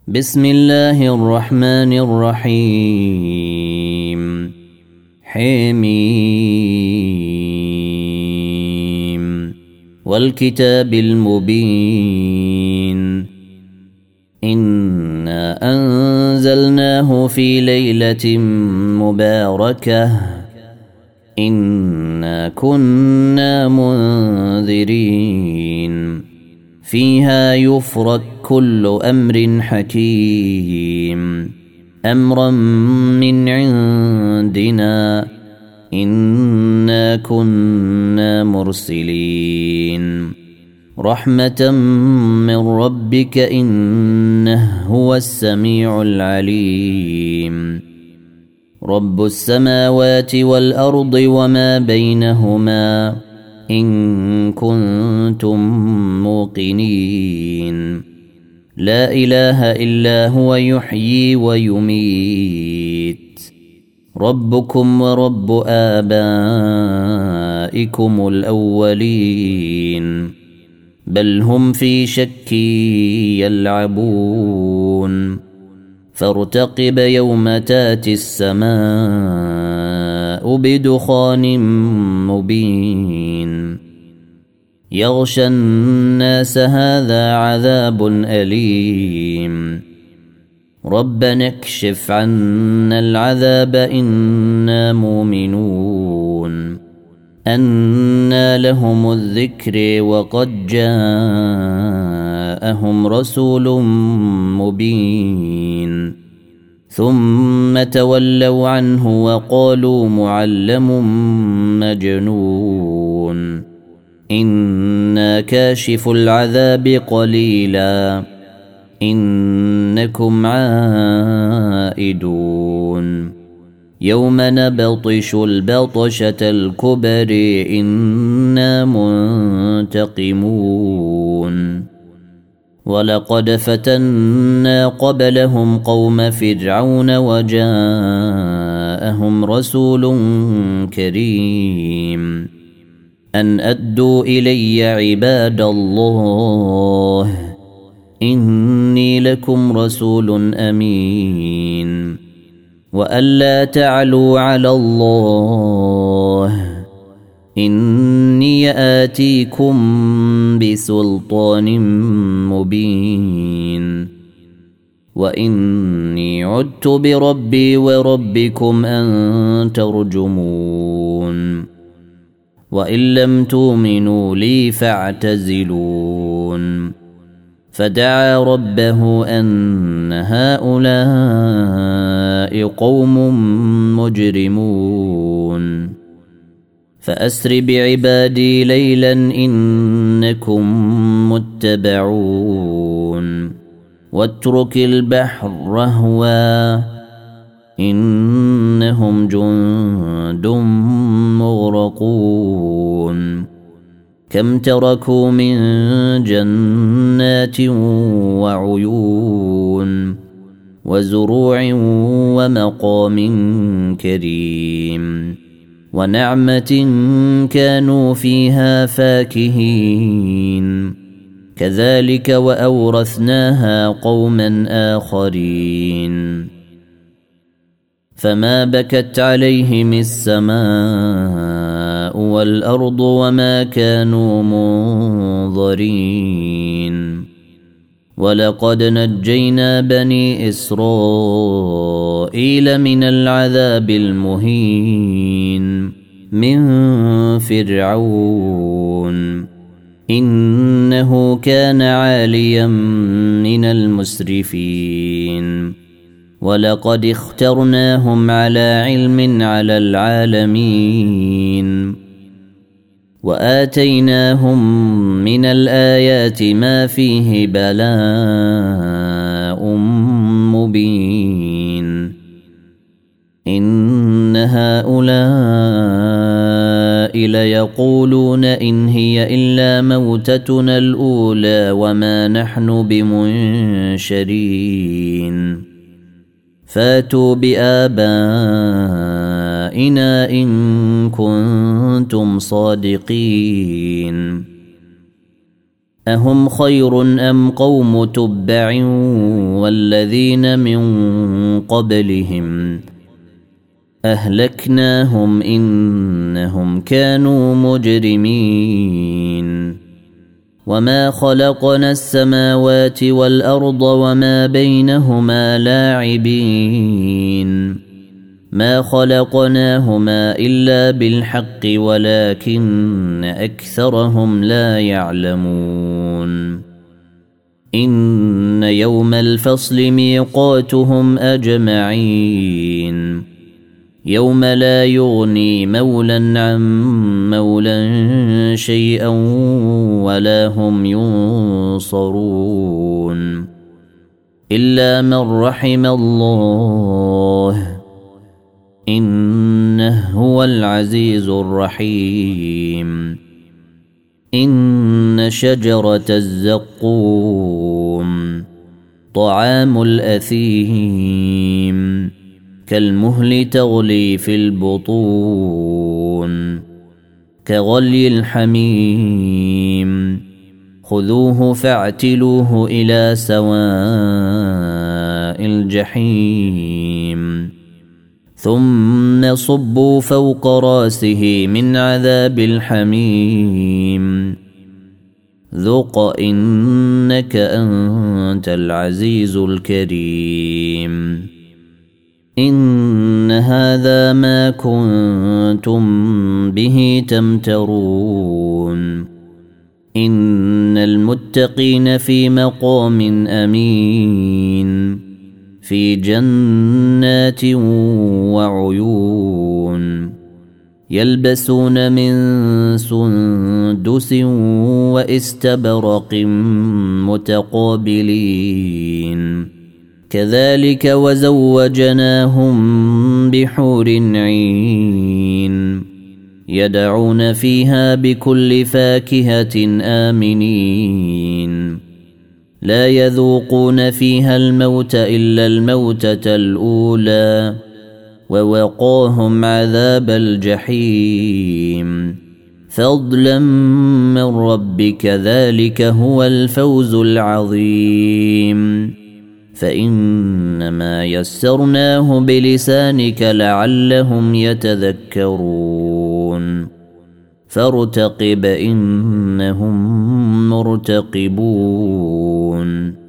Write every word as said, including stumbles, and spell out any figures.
بسم الله الرحمن الرحيم حميم والكتاب المبين إنا أنزلناه في ليلة مباركة إنا كنا منذرين فيها يفرق كل أمر حكيم أمرا من عندنا إنا كنا مرسلين رحمة من ربك إنه هو السميع العليم رب السماوات والأرض وما بينهما إن كنتم موقنين لا إله إلا هو يحيي ويميت ربكم ورب آبائكم الأولين بل هم في شك يلعبون فارتقب يوم تاتي السماء بدخان مبين يغشى الناس هذا عذاب أليم ربنا اكشف عنا العذاب إنا مؤمنون أنى لهم الذكر وقد جاءهم رسول مبين ثم تولوا عنه وقالوا معلم مجنون إنا كاشف العذاب قليلا إنكم عائدون يوم نبطش البطشة الكبر إنا منتقمون ولقد فتنا قبلهم قوم فرعون وجاءهم رسول كريم أن أدوا إلي عباد الله إني لكم رسول أمين وألا تعلوا على الله إني آتيكم بسلطان مبين وإني عدت بربي وربكم أن ترجمون وإن لم تؤمنوا لي فاعتزلون فدعا ربه أن هؤلاء قوم مجرمون فأسر بعبادي ليلا إنكم متبعون واترك البحر رهوا إنهم جند مغرقون كم تركوا من جنات وعيون وزروع ومقام كريم ونعمة كانوا فيها فاكهين كذلك وأورثناها قوما آخرين فما بكت عليهم السماء والأرض وما كانوا منظرين ولقد نجينا بني إسرائيل من العذاب المهين من فرعون إنه كان عاليا من المسرفين ولقد اخترناهم على علم على العالمين وآتيناهم من الآيات ما فيه بلاء مبين إن هؤلاء ليقولون إن هي إلا موتتنا الأولى وما نحن بمنشرين فاتوا بآبائنا إن كنتم صادقين أهم خير أم قوم تبع والذين من قبلهم أهلكناهم إنهم كانوا مجرمين وما خلقنا السماوات والأرض وما بينهما لاعبين ما خلقناهما إلا بالحق ولكن أكثرهم لا يعلمون إن يوم الفصل ميقاتهم أجمعين يوم لا يغني مولا عن مولا شيئا ولا هم ينصرون إلا من رحم الله إنه هو العزيز الرحيم إن شجرة الزقوم طعام الأثيم كالمهل تغلي في البطون كغلي الحميم خذوه فاعتلوه إلى سواء الجحيم ثم صبوا فوق راسه من عذاب الحميم ذق إنك أنت العزيز الكريم إن هذا ما كنتم به تمترون إن المتقين في مقام أمين في جنات وعيون يلبسون من سندس واستبرق متقابلين كذلك وزوجناهم بحور عين يدعون فيها بكل فاكهة آمنين لا يذوقون فيها الموت إلا الموتة الأولى ووقاهم عذاب الجحيم فضلا من ربك ذلك هو الفوز العظيم فإنما يسرناه بلسانك لعلهم يتذكرون فارتقب إنهم مرتقبون